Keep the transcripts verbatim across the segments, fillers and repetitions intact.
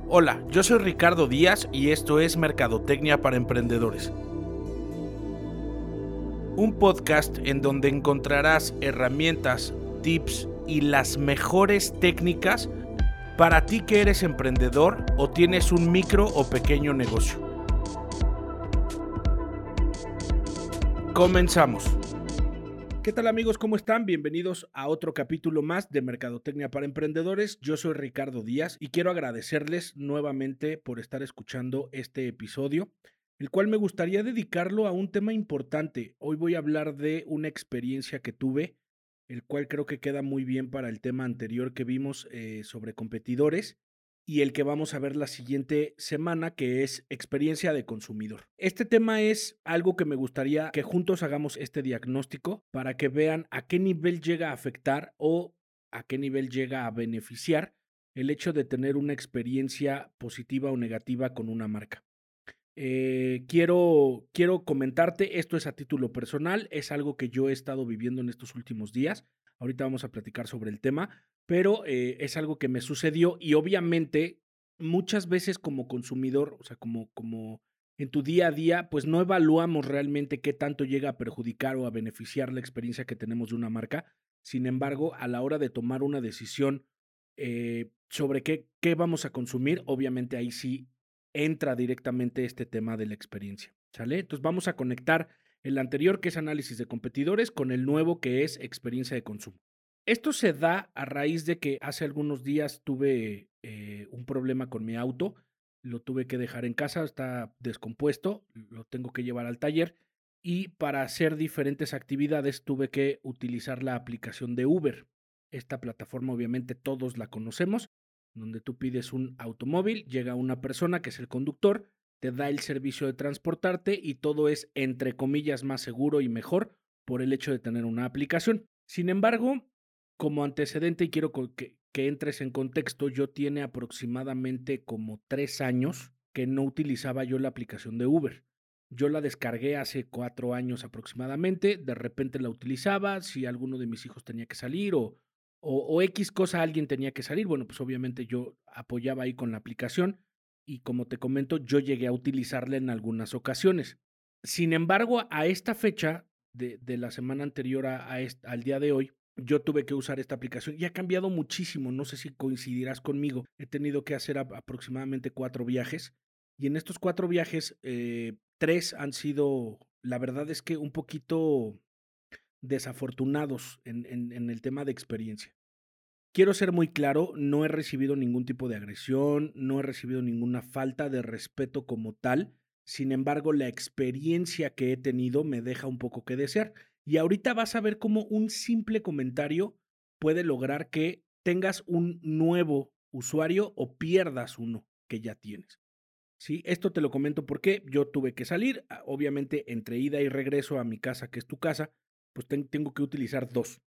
Hola, yo soy Ricardo Díaz y esto es Mercadotecnia para Emprendedores. Un podcast en donde encontrarás herramientas, tips y las mejores técnicas para ti que eres emprendedor o tienes un micro o pequeño negocio. Comenzamos. ¿Qué tal amigos? ¿Cómo están? Bienvenidos a otro capítulo más de Mercadotecnia para Emprendedores. Yo soy Ricardo Díaz y quiero agradecerles nuevamente por estar escuchando este episodio, el cual me gustaría dedicarlo a un tema importante. Hoy voy a hablar de una experiencia que tuve, el cual creo que queda muy bien para el tema anterior que vimos eh, sobre competidores y el que vamos a ver la siguiente semana, que es experiencia de consumidor. Este tema es algo que me gustaría que juntos hagamos este diagnóstico para que vean a qué nivel llega a afectar o a qué nivel llega a beneficiar el hecho de tener una experiencia positiva o negativa con una marca. Eh, quiero, quiero comentarte, esto es a título personal, es algo que yo he estado viviendo en estos últimos días. Ahorita vamos a platicar sobre el tema, pero eh, es algo que me sucedió y obviamente muchas veces como consumidor, o sea, como, como en tu día a día, pues no evaluamos realmente qué tanto llega a perjudicar o a beneficiar la experiencia que tenemos de una marca. Sin embargo, a la hora de tomar una decisión eh, sobre qué, qué vamos a consumir, obviamente ahí sí entra directamente este tema de la experiencia, ¿sale? Entonces vamos a conectar el anterior, que es análisis de competidores, con el nuevo, que es experiencia de consumo. Esto se da a raíz de que hace algunos días tuve eh, un problema con mi auto, lo tuve que dejar en casa, está descompuesto, lo tengo que llevar al taller y para hacer diferentes actividades tuve que utilizar la aplicación de Uber. Esta plataforma obviamente todos la conocemos, donde tú pides un automóvil, llega una persona que es el conductor, te da el servicio de transportarte y todo es entre comillas más seguro y mejor por el hecho de tener una aplicación. Sin embargo, como antecedente, y quiero que, que entres en contexto, yo tiene aproximadamente como tres años que no utilizaba yo la aplicación de Uber. Yo la descargué hace cuatro años aproximadamente, de repente la utilizaba, si alguno de mis hijos tenía que salir o, o, o X cosa alguien tenía que salir, bueno, pues obviamente yo apoyaba ahí con la aplicación y como te comento, yo llegué a utilizarla en algunas ocasiones. Sin embargo, a esta fecha de, de la semana anterior a, a est, al día de hoy, yo tuve que usar esta aplicación y ha cambiado muchísimo. No sé si coincidirás conmigo. He tenido que hacer a, aproximadamente cuatro viajes y en estos cuatro viajes, eh, tres han sido, la verdad es que un poquito desafortunados en, en, en el tema de experiencia. Quiero ser muy claro, no he recibido ningún tipo de agresión, no he recibido ninguna falta de respeto como tal. Sin embargo, la experiencia que he tenido me deja un poco que desear. Y ahorita vas a ver cómo un simple comentario puede lograr que tengas un nuevo usuario o pierdas uno que ya tienes. ¿Sí? Esto te lo comento porque yo tuve que salir, obviamente entre ida y regreso a mi casa, que es tu casa, pues ten, tengo que utilizar dos,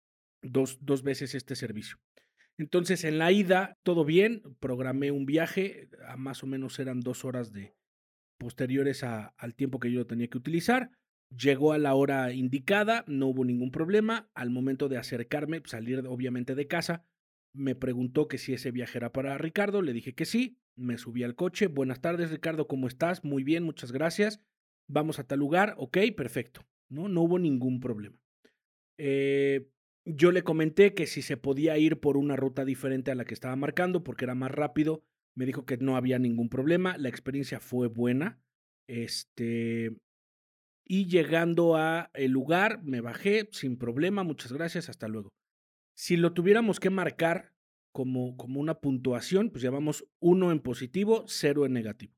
dos, dos veces este servicio. Entonces, en la ida, todo bien, programé un viaje, a más o menos eran dos horas de posteriores a, al tiempo que yo lo tenía que utilizar. Llegó a la hora indicada, no hubo ningún problema. Al momento de acercarme, salir obviamente de casa, me preguntó que si ese viaje era para Ricardo, le dije que sí, me subí al coche. Buenas tardes, Ricardo, ¿cómo estás? Muy bien, muchas gracias. Vamos a tal lugar, ok, perfecto. No, no hubo ningún problema. Eh, yo le comenté que si se podía ir por una ruta diferente a la que estaba marcando, porque era más rápido. Me dijo que no había ningún problema. La experiencia fue buena. Este, y llegando a el lugar, me bajé sin problema. Muchas gracias. Hasta luego. Si lo tuviéramos que marcar como, como una puntuación, pues llevamos uno en positivo, cero en negativo.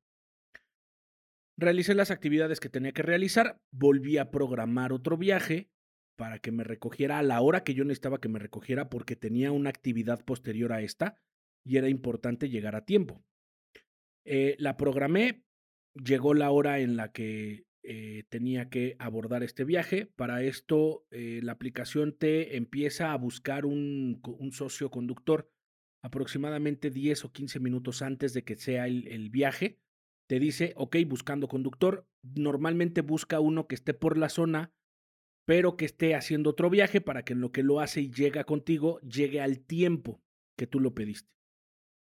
Realicé las actividades que tenía que realizar. Volví a programar otro viaje para que me recogiera a la hora que yo necesitaba que me recogiera porque tenía una actividad posterior a esta y era importante llegar a tiempo. Eh, la programé, llegó la hora en la que eh, tenía que abordar este viaje. Para esto, eh, la aplicación te empieza a buscar un, un socio conductor aproximadamente diez o quince minutos antes de que sea el, el viaje. Te dice, ok, buscando conductor. Normalmente busca uno que esté por la zona, pero que esté haciendo otro viaje para que en lo que lo hace y llega contigo, llegue al tiempo que tú lo pediste.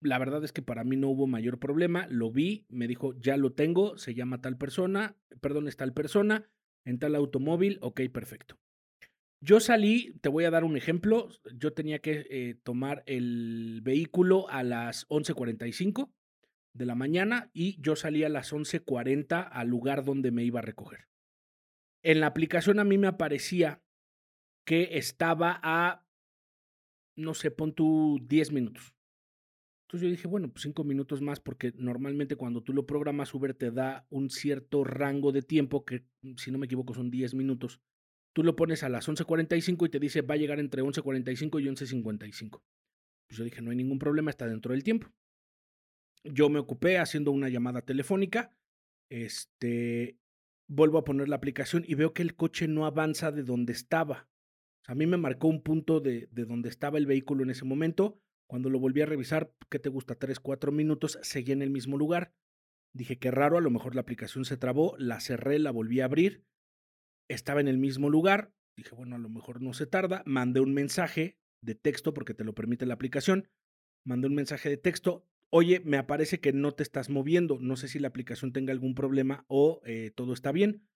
La verdad es que para mí no hubo mayor problema, lo vi, me dijo, ya lo tengo, se llama tal persona, perdón, es tal persona, en tal automóvil, ok, perfecto. Yo salí, te voy a dar un ejemplo, yo tenía que eh, tomar el vehículo a las once cuarenta y cinco de la mañana y yo salí a las once cuarenta al lugar donde me iba a recoger. En la aplicación a mí me aparecía que estaba a, no sé, pon tú diez minutos. Entonces yo dije, bueno, pues cinco minutos más, porque normalmente cuando tú lo programas, Uber te da un cierto rango de tiempo que, si no me equivoco, son diez minutos. Tú lo pones a las once cuarenta y cinco y te dice, va a llegar entre once cuarenta y cinco y once cincuenta y cinco. Pues yo dije, no hay ningún problema, está dentro del tiempo. Yo me ocupé haciendo una llamada telefónica, este, vuelvo a poner la aplicación y veo que el coche no avanza de donde estaba. A mí me marcó un punto de, de donde estaba el vehículo en ese momento. Cuando lo volví a revisar, ¿qué te gusta? Tres, cuatro minutos, seguía en el mismo lugar. Dije, qué raro, a lo mejor la aplicación se trabó, la cerré, la volví a abrir, estaba en el mismo lugar. Dije, bueno, a lo mejor no se tarda. Mandé un mensaje de texto, porque te lo permite la aplicación. Mandé un mensaje de texto. Oye, me aparece que no te estás moviendo. No sé si la aplicación tenga algún problema o eh, todo está bien.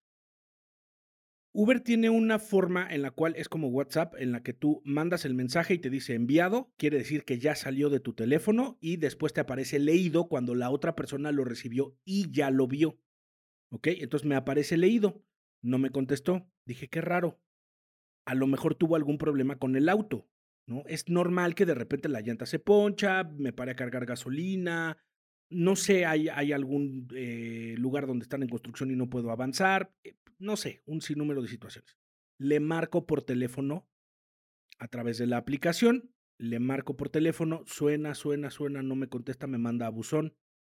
Uber tiene una forma en la cual es como WhatsApp, en la que tú mandas el mensaje y te dice enviado, quiere decir que ya salió de tu teléfono y después te aparece leído cuando la otra persona lo recibió y ya lo vio. ¿Ok? Entonces me aparece leído. No me contestó. Dije, qué raro. A lo mejor tuvo algún problema con el auto, ¿no? Es normal que de repente la llanta se poncha, me pare a cargar gasolina, no sé, hay, hay algún eh, lugar donde están en construcción y no puedo avanzar, eh, no sé, un sinnúmero de situaciones. Le marco por teléfono a través de la aplicación, le marco por teléfono, suena, suena, suena, no me contesta, me manda a buzón.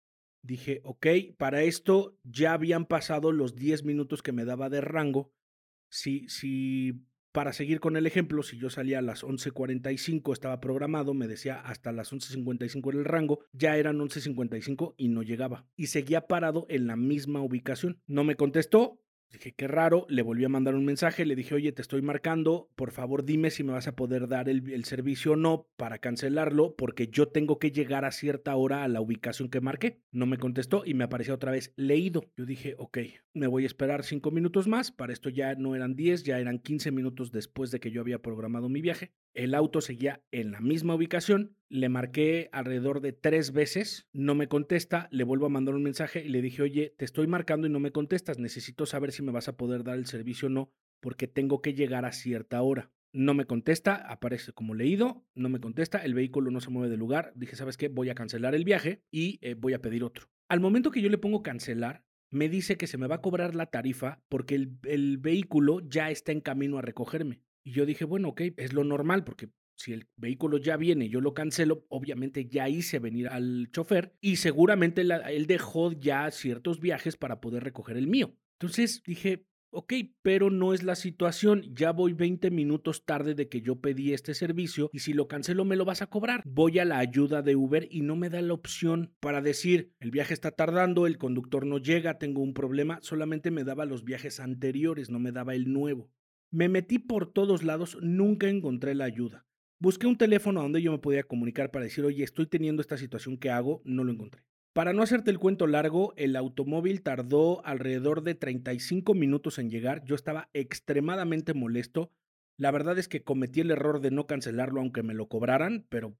Dije, ok, para esto ya habían pasado los diez minutos que me daba de rango. Si, si para seguir con el ejemplo, si yo salía a las once cuarenta y cinco, estaba programado, me decía hasta las once cincuenta y cinco era el rango, ya eran once cincuenta y cinco y no llegaba. Y seguía parado en la misma ubicación. No me contestó. Dije, qué raro, le volví a mandar un mensaje, le dije, oye, te estoy marcando, por favor dime si me vas a poder dar el, el servicio o no para cancelarlo, porque yo tengo que llegar a cierta hora a la ubicación que marqué. No me contestó y me apareció otra vez leído. Yo dije, ok, me voy a esperar cinco minutos más, para esto ya no eran diez, ya eran quince minutos después de que yo había programado mi viaje. El auto seguía en la misma ubicación, le marqué alrededor de tres veces, no me contesta, le vuelvo a mandar un mensaje y le dije, oye, te estoy marcando y no me contestas, necesito saber si me vas a poder dar el servicio o no, porque tengo que llegar a cierta hora. No me contesta, aparece como leído, no me contesta, el vehículo no se mueve del lugar. Dije, ¿sabes qué? Voy a cancelar el viaje y eh, voy a pedir otro. Al momento que yo le pongo cancelar, me dice que se me va a cobrar la tarifa porque el, el vehículo ya está en camino a recogerme. Y yo dije, bueno, ok, es lo normal porque si el vehículo ya viene y yo lo cancelo, obviamente ya hice venir al chofer y seguramente la, él dejó ya ciertos viajes para poder recoger el mío. Entonces dije, ok, pero no es la situación. Ya voy veinte minutos tarde de que yo pedí este servicio y si lo cancelo me lo vas a cobrar. Voy a la ayuda de Uber y no me da la opción para decir, el viaje está tardando, el conductor no llega, tengo un problema. Solamente me daba los viajes anteriores, no me daba el nuevo. Me metí por todos lados, nunca encontré la ayuda. Busqué un teléfono donde yo me podía comunicar para decir, oye, estoy teniendo esta situación, ¿qué hago? No lo encontré. Para no hacerte el cuento largo, el automóvil tardó alrededor de treinta y cinco minutos en llegar. Yo estaba extremadamente molesto. La verdad es que cometí el error de no cancelarlo aunque me lo cobraran, pero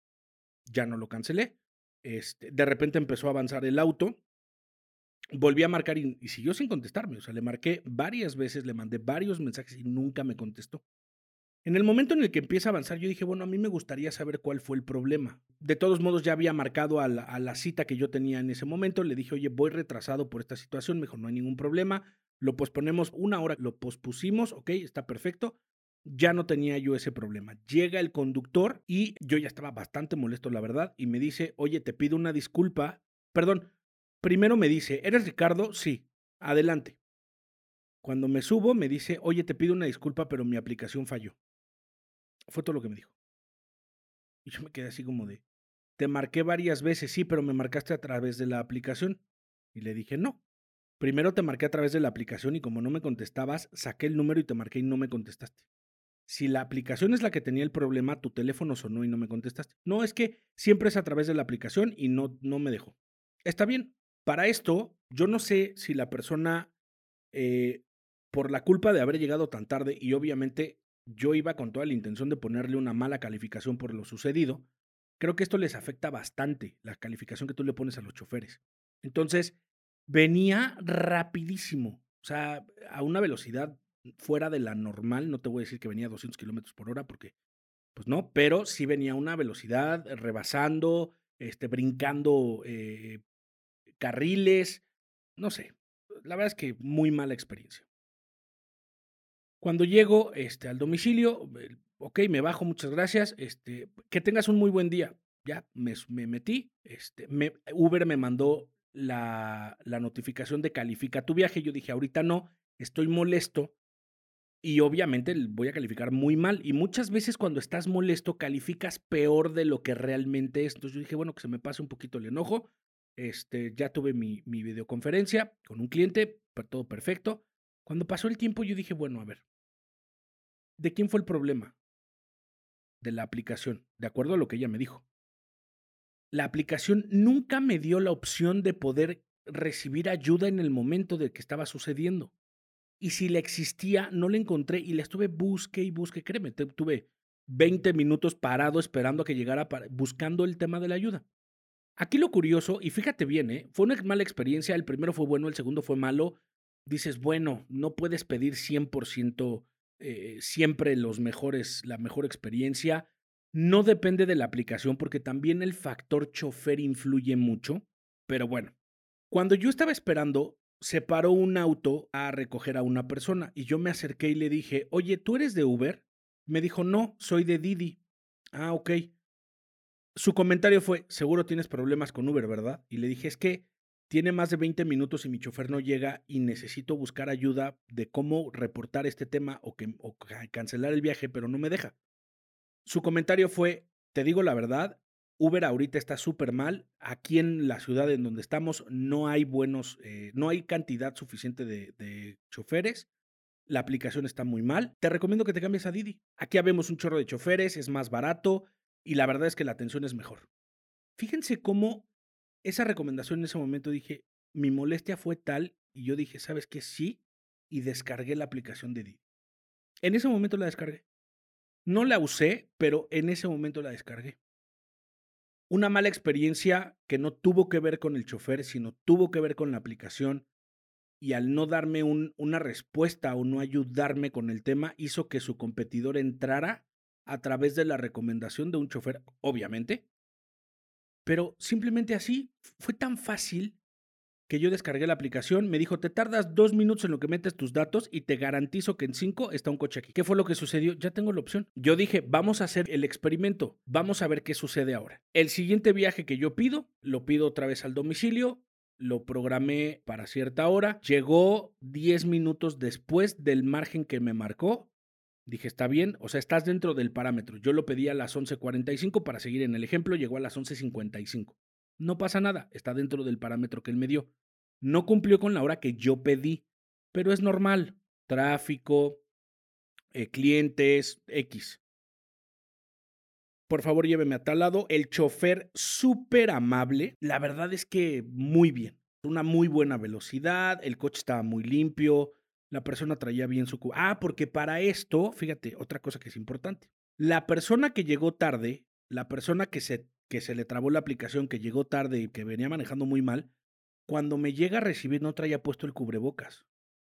ya no lo cancelé. Este, de repente empezó a avanzar el auto. Volví a marcar y, y siguió sin contestarme. O sea, le marqué varias veces, le mandé varios mensajes y nunca me contestó. En el momento en el que empieza a avanzar, yo dije, bueno, a mí me gustaría saber cuál fue el problema. De todos modos, ya había marcado a la, a la cita que yo tenía en ese momento. Le dije, oye, voy retrasado por esta situación. Me dijo, no hay ningún problema. Lo posponemos una hora, lo pospusimos, ok, está perfecto. Ya no tenía yo ese problema. Llega el conductor y yo ya estaba bastante molesto, la verdad, y me dice, oye, te pido una disculpa. Perdón, primero me dice, ¿eres Ricardo? Sí, adelante. Cuando me subo, me dice, oye, te pido una disculpa, pero mi aplicación falló. Fue todo lo que me dijo. Y yo me quedé así como de, te marqué varias veces, sí, pero me marcaste a través de la aplicación. Y le dije, no. Primero te marqué a través de la aplicación y como no me contestabas, saqué el número y te marqué y no me contestaste. Si la aplicación es la que tenía el problema, tu teléfono sonó y no me contestaste. No, es que siempre es a través de la aplicación y no, no me dejó. Está bien. Para esto, yo no sé si la persona, eh, por la culpa de haber llegado tan tarde, y obviamente yo iba con toda la intención de ponerle una mala calificación por lo sucedido, creo que esto les afecta bastante, la calificación que tú le pones a los choferes. Entonces, venía rapidísimo, o sea, a una velocidad fuera de la normal. No te voy a decir que venía a doscientos kilómetros por hora porque, pues no, pero sí venía a una velocidad, eh, rebasando, este, brincando eh, carriles, no sé. La verdad es que muy mala experiencia. Cuando llego este, al domicilio, eh, ok, me bajo, muchas gracias, este, que tengas un muy buen día. Ya me, s- me metí, este, me, Uber me mandó la, la notificación de califica tu viaje. Yo dije, ahorita no, estoy molesto. Y obviamente l voy a calificar muy mal, y muchas veces cuando estás molesto calificas peor de lo que realmente es. Entonces yo dije: "Bueno, que se me pase un poquito el enojo". Este, ya tuve mi mi videoconferencia con un cliente, per todo perfecto. Cuando pasó el tiempo, yo dije: "Bueno, a ver, ¿de quién fue el problema?". De la aplicación, de acuerdo a lo que ella me dijo. La aplicación nunca me dio la opción de poder recibir ayuda en el momento de que estaba sucediendo. Y si la existía, no la encontré y la estuve busque y busque. Créeme, te tuve veinte minutos parado esperando a que llegara para buscando el tema de la ayuda. Aquí lo curioso, y fíjate bien, ¿eh? Fue una mala experiencia, el primero fue bueno, el segundo fue malo. Dices, bueno, no puedes pedir cien por ciento, eh, siempre los mejores la mejor experiencia. No depende de la aplicación, porque también el factor chofer influye mucho, pero bueno. Cuando yo estaba esperando, se paró un auto a recoger a una persona y yo me acerqué y le dije: "Oye, ¿tú eres de Uber?". Me dijo: "No, soy de Didi". Ah, okey. Su comentario fue: "Seguro tienes problemas con Uber, ¿verdad?". Y le dije: "Es que tiene más de veinte minutos y mi chofer no llega y necesito buscar ayuda de cómo reportar este tema o que o ca cancelar el viaje, pero no me deja". Su comentario fue: "Te digo la verdad, Uber ahorita está súper mal. Aquí en la ciudad en donde estamos no hay buenos, eh, no hay cantidad suficiente de de choferes. La aplicación está muy mal. Te recomiendo que te cambies a Didi. Aquí habemos un chorro de choferes, es más barato y la verdad es que la atención es mejor". Fíjense cómo esa recomendación en ese momento dije, mi molestia fue tal y yo dije: "¿Sabes qué? Sí", y descargué la aplicación de Didi. En ese momento la descargué. No la usé, pero en ese momento la descargué. Una mala experiencia que no tuvo que ver con el chofer, sino tuvo que ver con la aplicación, y al no darme un una respuesta o no ayudarme con el tema, hizo que su competidor entrara a través de la recomendación de un chofer, obviamente, pero simplemente así, fue tan fácil que yo descargué la aplicación, me dijo: "Te tardas dos minutos en lo que metes tus datos y te garantizo que en cinco está un coche aquí". ¿Qué fue lo que sucedió? Ya tengo la opción. Yo dije: "Vamos a hacer el experimento, vamos a ver qué sucede ahora". El siguiente viaje que yo pido, lo pido otra vez al domicilio, lo programé para cierta hora, llegó diez minutos después del margen que me marcó. Dije: "Está bien, o sea, estás dentro del parámetro". Yo lo pedí a las once cuarenta y cinco para seguir en el ejemplo, llegó a las once cincuenta y cinco. No pasa nada, está dentro del parámetro que él me dio. No cumplió con la hora que yo pedí, pero es normal. Tráfico, eh, clientes, X. Por favor, lléveme a tal lado. El chofer súper amable. La verdad es que muy bien. Una muy buena velocidad, el coche estaba muy limpio, la persona traía bien su cu ah, porque para esto, fíjate, otra cosa que es importante. La persona que llegó tarde, la persona que se que se le trabó la aplicación, que llegó tarde y que venía manejando muy mal, cuando me llega a recibir no traía puesto el cubrebocas.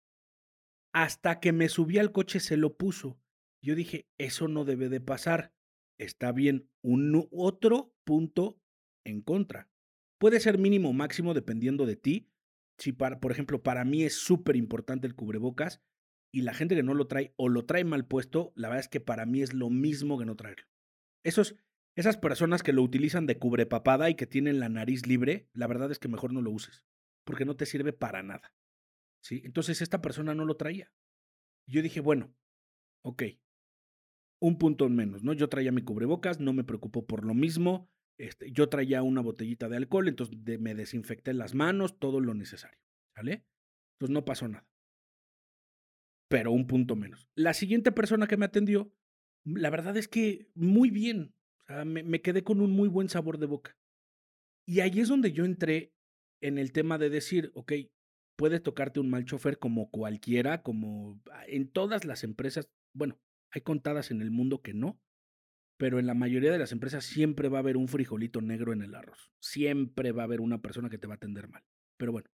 Hasta que me subí al coche se lo puso. Yo dije: "Eso no debe de pasar". Está bien, un u otro punto en contra. Puede ser mínimo o máximo dependiendo de ti. Si para por ejemplo, para mí es súper importante el cubrebocas, y la gente que no lo trae, o lo trae mal puesto, la verdad es que para mí es lo mismo que no traerlo. Esos esas personas que lo utilizan de cubrepapada y que tienen la nariz libre, la verdad es que mejor no lo uses, porque no te sirve para nada, ¿sí? Entonces, esta persona no lo traía. Yo dije: "Bueno, okey, un punto menos", ¿no? Yo traía mi cubrebocas, no me preocupó por lo mismo, este, yo traía una botellita de alcohol, entonces, de me desinfecté las manos, todo lo necesario, ¿sale? Entonces, no pasó nada, pero un punto menos. La siguiente persona que me atendió La verdad es que muy bien, o sea, me me quedé con un muy buen sabor de boca. Y ahí es donde yo entré en el tema de decir: "Okey, puede tocarte un mal chofer como cualquiera, como ah, en todas las empresas", bueno, hay contadas en el mundo que no, pero en la mayoría de las empresas siempre va a haber un frijolito negro en el arroz. Siempre va a haber una persona que te va a atender mal. Pero bueno,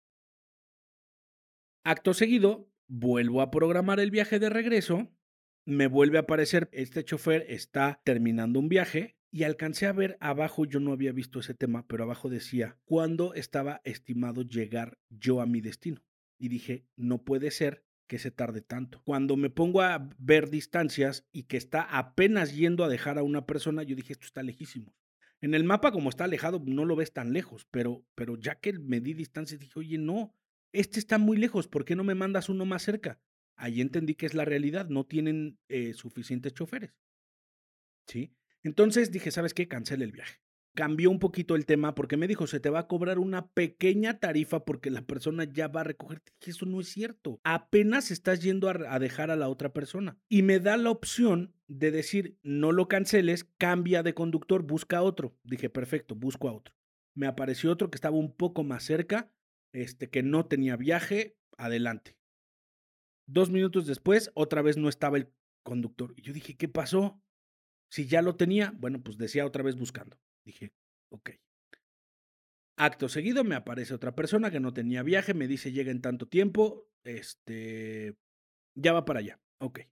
acto seguido, vuelvo a programar el viaje de regreso, me vuelve a aparecer este chofer está terminando un viaje y alcancé a ver abajo, yo no había visto ese tema, pero abajo decía cuándo estaba estimado llegar yo a mi destino. Y dije, no puede ser que se tarde tanto. Cuando me pongo a ver distancias y que está apenas yendo a dejar a una persona, yo dije, esto está lejísimo. En el mapa, como está alejado, no lo ves tan lejos, pero, pero ya que medí distancias, dije, oye, no, este está muy lejos, ¿por qué no me mandas uno más cerca? Ahí entendí que es la realidad, no tienen, eh, suficientes choferes, ¿sí? Entonces dije: "¿Sabes qué? Cancela el viaje". Cambió un poquito el tema porque me dijo: "Se te va a cobrar una pequeña tarifa porque la persona ya va a recogerte". Dije: "Eso no es cierto, apenas estás yendo a re a dejar a la otra persona". Y me da la opción de decir: "No lo canceles, cambia de conductor, busca otro". Dije: "Perfecto, busco a otro". Me apareció otro que estaba un poco más cerca, este, que no tenía viaje, adelante. Dos minutos después, otra vez no estaba el conductor. Y yo dije: "¿Qué pasó?". Si ya lo tenía, bueno, pues decía otra vez buscando. Dije: "Okey". Acto seguido me aparece otra persona que no tenía viaje, me dice: "Llega en tanto tiempo, este, ya va para allá". Okey.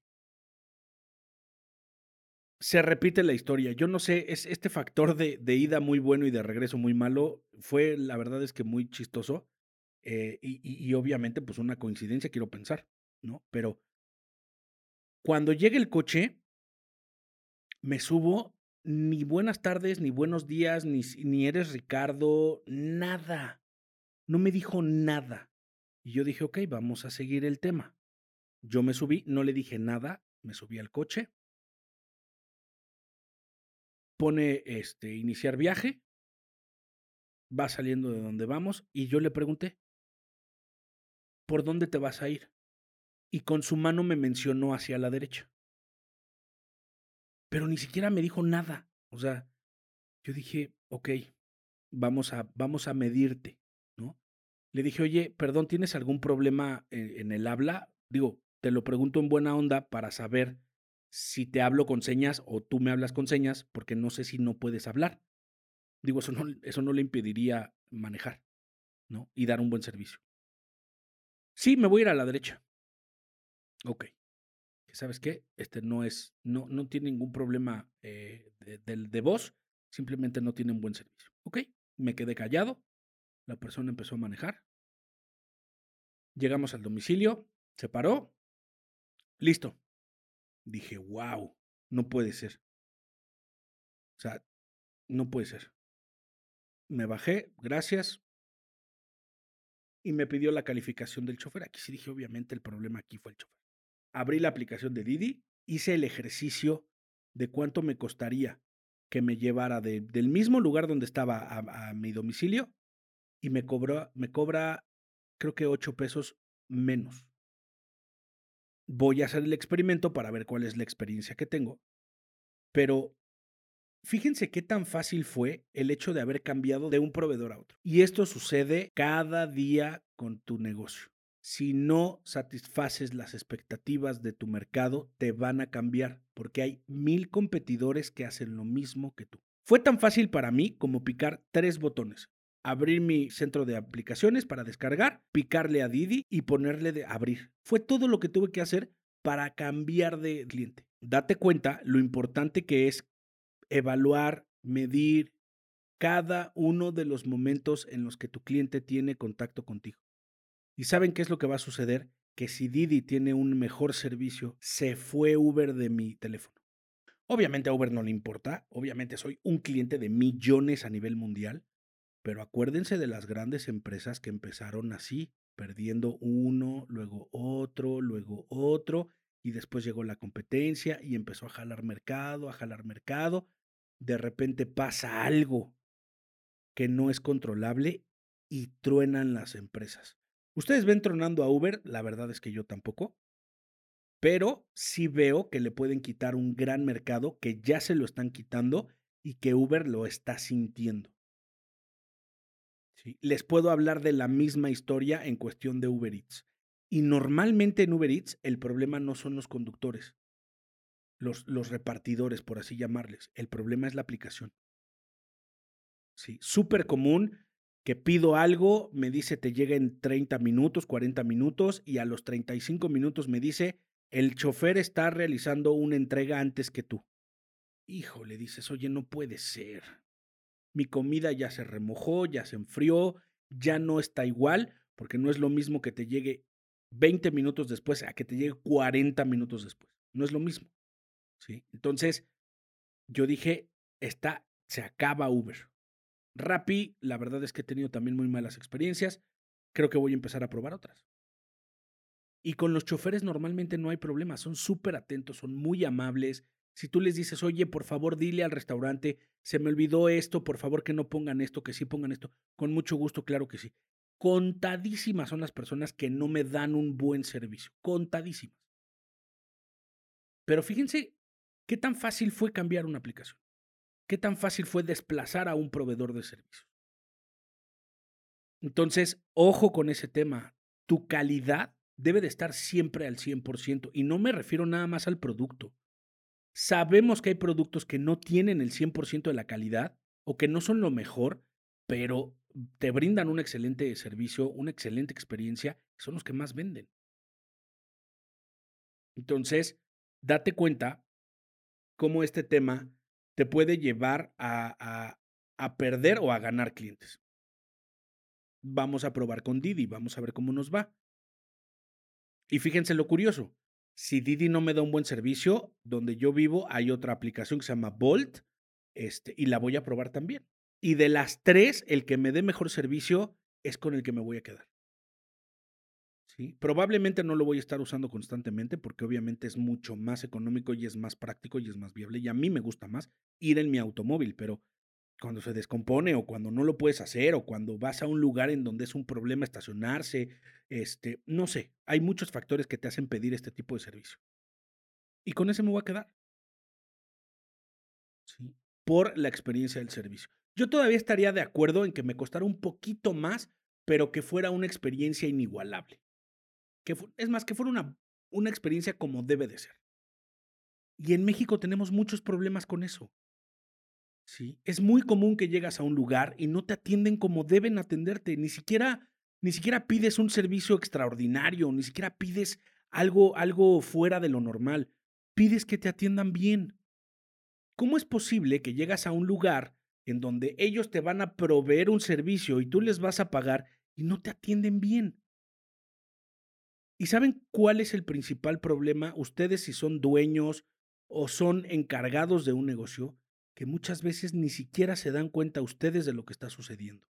Se repite la historia. Yo no sé, es este factor de de ida muy bueno y de regreso muy malo, fue, la verdad es que muy chistoso, eh, y y y obviamente, pues, una coincidencia, quiero pensar, ¿no? Pero cuando llega el coche me subo, ni buenas tardes, ni buenos días, ni si ni eres Ricardo, nada. No me dijo nada. Y yo dije: "Okey, vamos a seguir el tema". Yo me subí, no le dije nada, me subí al coche, pone, este, iniciar viaje, va saliendo de donde vamos, y yo le pregunté: "¿Por dónde te vas a ir?". Y con su mano me mencionó hacia la derecha, pero ni siquiera me dijo nada. O sea, yo dije: "Okey, vamos a vamos a medirte", ¿no? Le dije: "Oye, perdón, ¿tienes algún problema e en el habla?". Digo, te lo pregunto en buena onda para saber si te hablo con señas o tú me hablas con señas, porque no sé si no puedes hablar. Digo, eso no eso no le impediría manejar, ¿no? Y dar un buen servicio. Sí, me voy a ir a la derecha. Okey. ¿Sabes qué? Este no es no no tiene ningún problema, eh, de del de voz, simplemente no tiene un buen servicio. Okey, me quedé callado, la persona empezó a manejar, llegamos al domicilio, se paró, listo. Dije: "Guau, no puede ser". O sea, no puede ser. Me bajé, gracias, y me pidió la calificación del chofer. Aquí sí dije, obviamente, el problema aquí fue el chofer. Abrí la aplicación de Didi, hice el ejercicio de cuánto me costaría que me llevara de del mismo lugar donde estaba a a mi domicilio, y me cobró me cobra, creo que ocho pesos menos. Voy a hacer el experimento para ver cuál es la experiencia que tengo, pero fíjense qué tan fácil fue el hecho de haber cambiado de un proveedor a otro. Y esto sucede cada día con tu negocio. Si no satisfaces las expectativas de tu mercado, te van a cambiar, porque hay mil competidores que hacen lo mismo que tú. Fue tan fácil para mí como picar tres botones. Abrir mi centro de aplicaciones para descargar, picarle a Didi y ponerle de abrir. Fue todo lo que tuve que hacer para cambiar de cliente. Date cuenta lo importante que es evaluar, medir cada uno de los momentos en los que tu cliente tiene contacto contigo. ¿Y saben qué es lo que va a suceder? Que si Didi tiene un mejor servicio, se fue Uber de mi teléfono. Obviamente a Uber no le importa, obviamente soy un cliente de millones a nivel mundial, pero acuérdense de las grandes empresas que empezaron así, perdiendo uno, luego otro, luego otro, y después llegó la competencia y empezó a jalar mercado, a jalar mercado. De repente pasa algo que no es controlable y truenan las empresas. ¿Ustedes ven tronando a Uber? La verdad es que yo tampoco, pero sí veo que le pueden quitar un gran mercado, que ya se lo están quitando y que Uber lo está sintiendo. Sí, les puedo hablar de la misma historia en cuestión de Uber Eats. Y normalmente en Uber Eats el problema no son los conductores, los, los repartidores, por así llamarles. El problema es la aplicación. Sí, súper común que pido algo, me dice te llega en treinta minutos, cuarenta minutos y a los treinta y cinco minutos me dice el chofer está realizando una entrega antes que tú. Híjole, dices, oye, no puede ser. Mi comida ya se remojó, ya se enfrió, ya no está igual, porque no es lo mismo que te llegue veinte minutos después a que te llegue cuarenta minutos después. No es lo mismo, ¿sí? Entonces, yo dije, está, se acaba Uber. Rappi, la verdad es que he tenido también muy malas experiencias. Creo que voy a empezar a probar otras. Y con los choferes normalmente no hay problema, son súper atentos, son muy amables. Si tú les dices, oye, por favor, dile al restaurante, se me olvidó esto, por favor que no pongan esto, que sí pongan esto, con mucho gusto, claro que sí. Contadísimas son las personas que no me dan un buen servicio, contadísimas. Pero fíjense qué tan fácil fue cambiar una aplicación, qué tan fácil fue desplazar a un proveedor de servicios. Entonces, ojo con ese tema. Tu calidad debe de estar siempre al cien por ciento y no me refiero nada más al producto. Sabemos que hay productos que no tienen el cien por ciento de la calidad o que no son lo mejor, pero te brindan un excelente servicio, una excelente experiencia, son los que más venden. Entonces, date cuenta cómo este tema te puede llevar a, a, a perder o a ganar clientes. Vamos a probar con Didi, vamos a ver cómo nos va. Y fíjense lo curioso, si Didi no me da un buen servicio, donde yo vivo hay otra aplicación que se llama Bolt, este, y la voy a probar también. Y de las tres, el que me dé mejor servicio es con el que me voy a quedar. ¿Sí? Probablemente no lo voy a estar usando constantemente porque obviamente es mucho más económico y es más práctico y es más viable. Y a mí me gusta más ir en mi automóvil, pero cuando se descompone o cuando no lo puedes hacer o cuando vas a un lugar en donde es un problema estacionarse, este, no sé, hay muchos factores que te hacen pedir este tipo de servicio. Y con ese me voy a quedar, ¿sí? Por la experiencia del servicio. Yo todavía estaría de acuerdo en que me costara un poquito más, pero que fuera una experiencia inigualable. Que fu- es más, que fuera una, una experiencia como debe de ser. Y en México tenemos muchos problemas con eso. Sí, es muy común que llegas a un lugar y no te atienden como deben atenderte, ni siquiera ni siquiera pides un servicio extraordinario, ni siquiera pides algo algo fuera de lo normal, pides que te atiendan bien. ¿Cómo es posible que llegas a un lugar en donde ellos te van a proveer un servicio y tú les vas a pagar y no te atienden bien? ¿Y saben cuál es el principal problema? Ustedes si son dueños o son encargados de un negocio, que muchas veces ni siquiera se dan cuenta ustedes de lo que está sucediendo.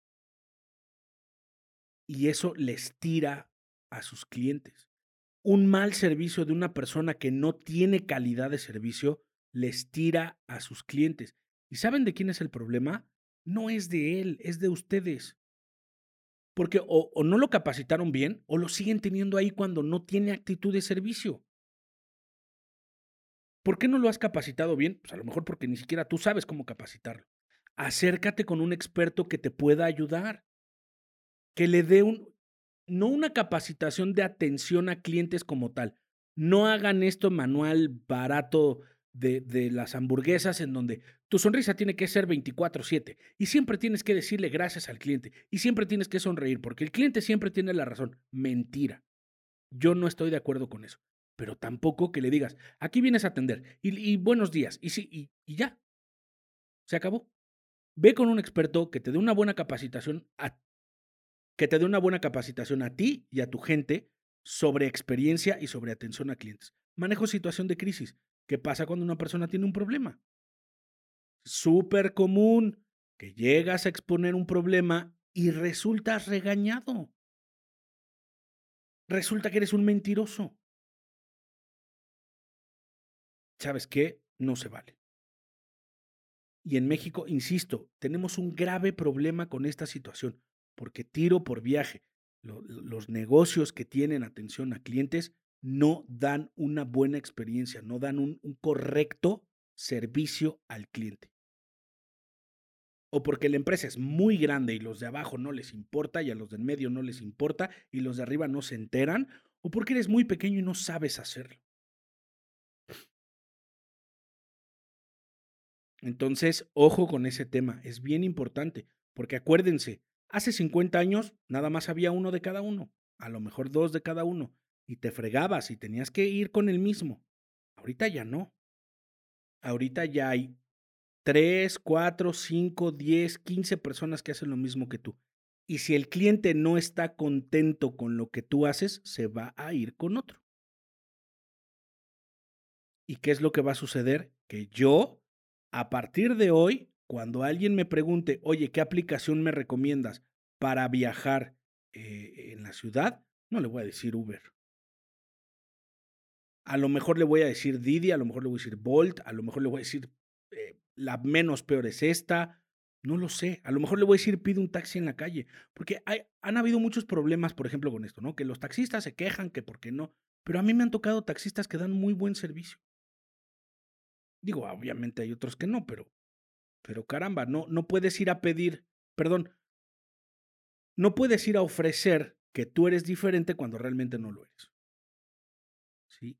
Y eso les tira a sus clientes. Un mal servicio de una persona que no tiene calidad de servicio les tira a sus clientes. ¿Y saben de quién es el problema? No es de él, es de ustedes. Porque o, o no lo capacitaron bien o lo siguen teniendo ahí cuando no tiene actitud de servicio. ¿Por qué no lo has capacitado bien? Pues a lo mejor porque ni siquiera tú sabes cómo capacitarlo. Acércate con un experto que te pueda ayudar, que le dé un, no una capacitación de atención a clientes como tal. No hagan esto manual barato de, de las hamburguesas en donde tu sonrisa tiene que ser veinticuatro siete y siempre tienes que decirle gracias al cliente y siempre tienes que sonreír porque el cliente siempre tiene la razón. Mentira. Yo no estoy de acuerdo con eso, pero tampoco que le digas, aquí vienes a atender y, y buenos días, y, sí, y, y ya, se acabó. Ve con un experto que te dé una buena capacitación, a, que te dé una buena capacitación a ti y a tu gente sobre experiencia y sobre atención a clientes. Manejo situación de crisis. ¿Qué pasa cuando una persona tiene un problema? Súper común que llegas a exponer un problema y resultas regañado. Resulta que eres un mentiroso. ¿Sabes qué? No se vale. Y en México, insisto, tenemos un grave problema con esta situación, porque tiro por viaje. Lo- los negocios que tienen atención a clientes no dan una buena experiencia, no dan un un correcto servicio al cliente. O porque la empresa es muy grande y los de abajo no les importa, y a los del medio no les importa, y los de arriba no se enteran, o porque eres muy pequeño y no sabes hacerlo. Entonces, ojo con ese tema, es bien importante, porque acuérdense, hace cincuenta años nada más había uno de cada uno, a lo mejor dos de cada uno, y te fregabas y tenías que ir con el mismo. Ahorita ya no. Ahorita ya hay tres, cuatro, cinco, diez, quince personas que hacen lo mismo que tú. Y si el cliente no está contento con lo que tú haces, se va a ir con otro. ¿Y qué es lo que va a suceder? Que yo, a partir de hoy, cuando alguien me pregunte: "Oye, ¿qué aplicación me recomiendas para viajar, eh, en la ciudad?", no le voy a decir Uber. A lo mejor le voy a decir Didi, a lo mejor le voy a decir Bolt, a lo mejor le voy a decir, eh, la menos peor es esta, no lo sé. A lo mejor le voy a decir: "Pide un taxi en la calle", porque hay han habido muchos problemas, por ejemplo, con esto, ¿no? Que los taxistas se quejan que por qué no, pero a mí me han tocado taxistas que dan muy buen servicio. Digo, obviamente hay otros que no, pero pero caramba, no no puedes ir a pedir, perdón, no puedes ir a ofrecer que tú eres diferente cuando realmente no lo eres, ¿sí?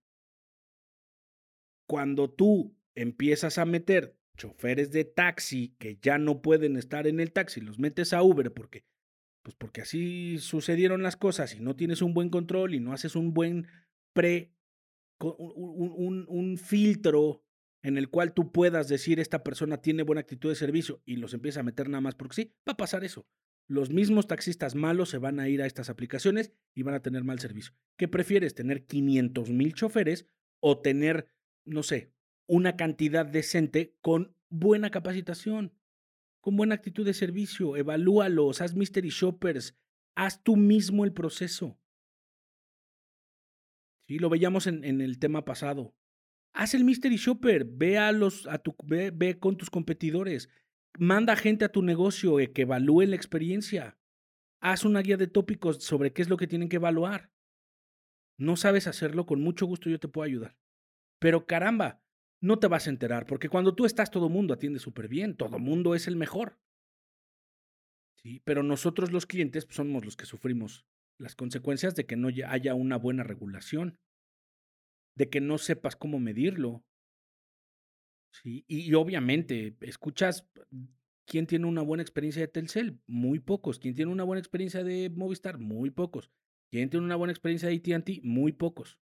Cuando tú empiezas a meter choferes de taxi que ya no pueden estar en el taxi, los metes a Uber porque, pues porque así sucedieron las cosas y no tienes un buen control y no haces un buen pre, co- un, un- un- un filtro en el cual tú puedas decir esta persona tiene buena actitud de servicio y los empiezas a meter nada más porque sí, va a pasar eso. Los mismos taxistas malos se van a ir a estas aplicaciones y van a tener mal servicio. ¿Qué prefieres? ¿Tener quinientos mil choferes o tener, no sé, una cantidad decente con buena capacitación, con buena actitud de servicio? Evalúalos, haz mystery shoppers, haz tú mismo el proceso. Sí, lo veíamos en, en el tema pasado. Haz el mystery shopper, ve a los, a tu, ve, ve con tus competidores, manda gente a tu negocio eh, que evalúe la experiencia, haz una guía de tópicos sobre qué es lo que tienen que evaluar. No sabes hacerlo, con mucho gusto yo te puedo ayudar. Pero caramba, no te vas a enterar, porque cuando tú estás todo mundo atiende súper bien, todo mundo es el mejor, ¿sí? Pero nosotros los clientes pues, somos los que sufrimos las consecuencias de que no ya haya una buena regulación, de que no sepas cómo medirlo. Sí, y y obviamente, escuchas, mm, ¿quién tiene una buena experiencia de Telcel? Muy pocos. ¿Quién tiene una buena experiencia de Movistar? Muy pocos. ¿Quién tiene una buena experiencia de A T and T? Muy pocos.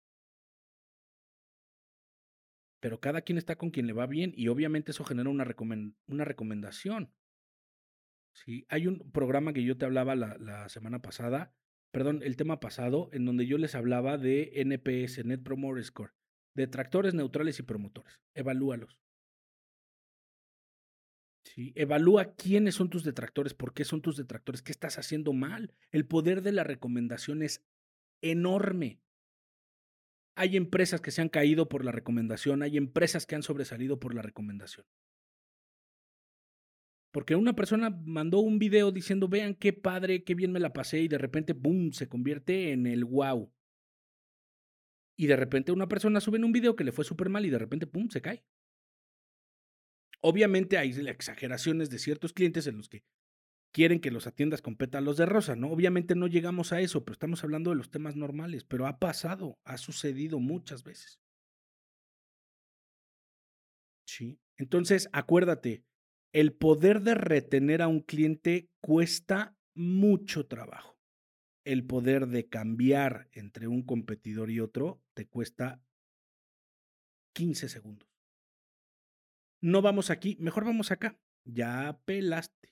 Pero cada quien está con quien le va bien y obviamente eso genera una recomen una recomendación, ¿sí? Hay un programa que yo te hablaba la la semana pasada, perdón, el tema pasado, en donde yo les hablaba de N P S, Net Promoter Score, detractores, neutrales y promotores. Evalúalos. Sí, evalúa quiénes son tus detractores, por qué son tus detractores, qué estás haciendo mal. El poder de la recomendación es enorme. Hay empresas que se han caído por la recomendación, hay empresas que han sobresalido por la recomendación. Porque una persona mandó un video diciendo, vean qué padre, qué bien me la pasé, y de repente, boom, se convierte en el wow. Y de repente una persona sube en un video que le fue súper mal y de repente, pum, se cae. Obviamente hay exageraciones de ciertos clientes en los que quieren que los atiendas con pétalos de rosa, ¿no? Obviamente no llegamos a eso, pero estamos hablando de los temas normales, pero ha pasado, ha sucedido muchas veces. Sí. Entonces, acuérdate, el poder de retener a un cliente cuesta mucho trabajo. El poder de cambiar entre un competidor y otro te cuesta quince segundos. No vamos aquí, mejor vamos acá. Ya pelaste.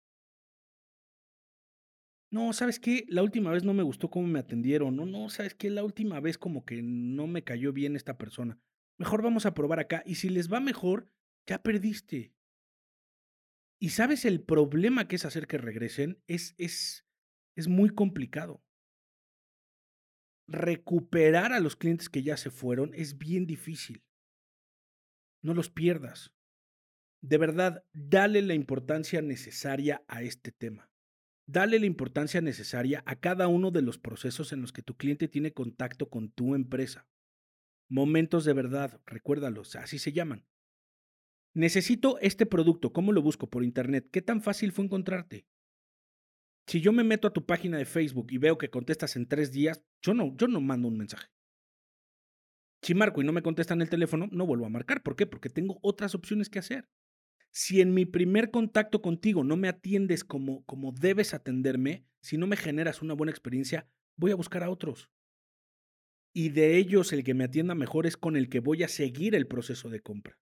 No, ¿sabes qué? La última vez no me gustó cómo me atendieron. No, no, ¿sabes qué? La última vez como que no me cayó bien esta persona. Mejor vamos a probar acá. Y si les va mejor, ya perdiste. Y sabes el problema que es hacer que regresen, es, es, es muy complicado. Recuperar a los clientes que ya se fueron es bien difícil. No los pierdas. De verdad, dale la importancia necesaria a este tema. Dale la importancia necesaria a cada uno de los procesos en los que tu cliente tiene contacto con tu empresa. Momentos de verdad, recuérdalos, así se llaman. Necesito este producto, ¿cómo lo busco? Por internet. ¿Qué tan fácil fue encontrarte? Si yo me meto a tu página de Facebook y veo que contestas en tres días, yo no, yo no mando un mensaje. Si marco y no me contestan el teléfono, no vuelvo a marcar. ¿Por qué? Porque tengo otras opciones que hacer. Si en mi primer contacto contigo no me atiendes como, como debes atenderme, si no me generas una buena experiencia, voy a buscar a otros. Y de ellos el que me atienda mejor es con el que voy a seguir el proceso de compra.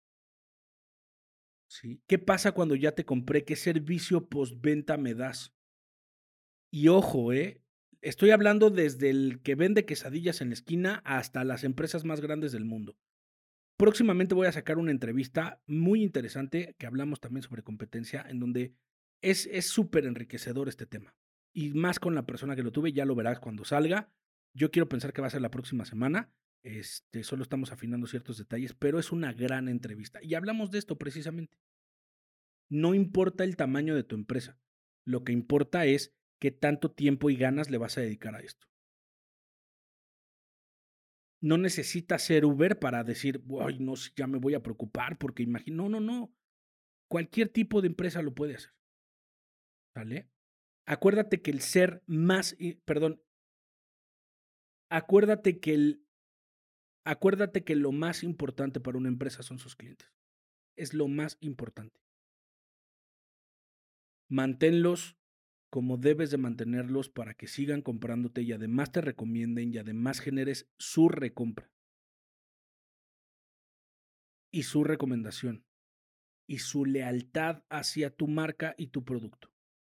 ¿Sí? ¿Qué pasa cuando ya te compré? ¿Qué servicio postventa me das? Y ojo, ¿eh? Estoy hablando desde el que vende quesadillas en la esquina hasta las empresas más grandes del mundo. Próximamente voy a sacar una entrevista muy interesante que hablamos también sobre competencia, en donde es es súper enriquecedor este tema. Y más con la persona que lo tuve, ya lo verás cuando salga. Yo quiero pensar que va a ser la próxima semana. Este, solo estamos afinando ciertos detalles, pero es una gran entrevista. Y hablamos de esto precisamente. No importa el tamaño de tu empresa. Lo que importa es qué tanto tiempo y ganas le vas a dedicar a esto. No necesitas ser Uber para decir, ay, no, sí, ya me voy a preocupar porque imagino. No, no, no. Cualquier tipo de empresa lo puede hacer, ¿sale? Acuérdate que el ser más, i- perdón, acuérdate que el, acuérdate que lo más importante para una empresa son sus clientes. Es lo más importante. Manténlos como debes de mantenerlos para que sigan comprándote y además te recomienden y además generes su recompra y su recomendación y su lealtad hacia tu marca y tu producto.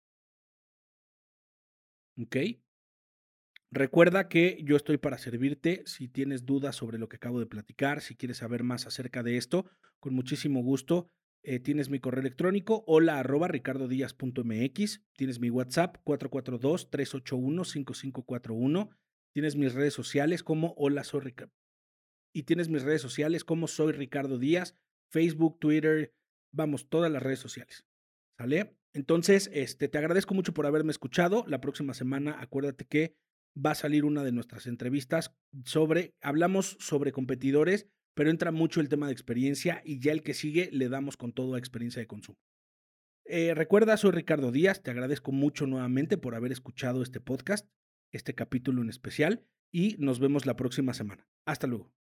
¿Ok? Recuerda que yo estoy para servirte. Si tienes dudas sobre lo que acabo de platicar, si quieres saber más acerca de esto, con muchísimo gusto. Eh, tienes mi correo electrónico, hola arroba ricardodias.mx. Tienes mi WhatsApp, cuatro cuatro dos, tres ocho uno, cinco cinco cuatro uno. Tienes mis redes sociales como hola soy Ricardo. Y tienes mis redes sociales como soy Ricardo Díaz, Facebook, Twitter, vamos, todas las redes sociales. ¿Sale? Entonces, este, te agradezco mucho por haberme escuchado. La próxima semana, acuérdate que va a salir una de nuestras entrevistas sobre, hablamos sobre competidores, pero entra mucho el tema de experiencia y ya el que sigue le damos con todo a experiencia de consumo. Eh, recuerda, soy Ricardo Díaz, te agradezco mucho nuevamente por haber escuchado este podcast, este capítulo en especial, y nos vemos la próxima semana. Hasta luego.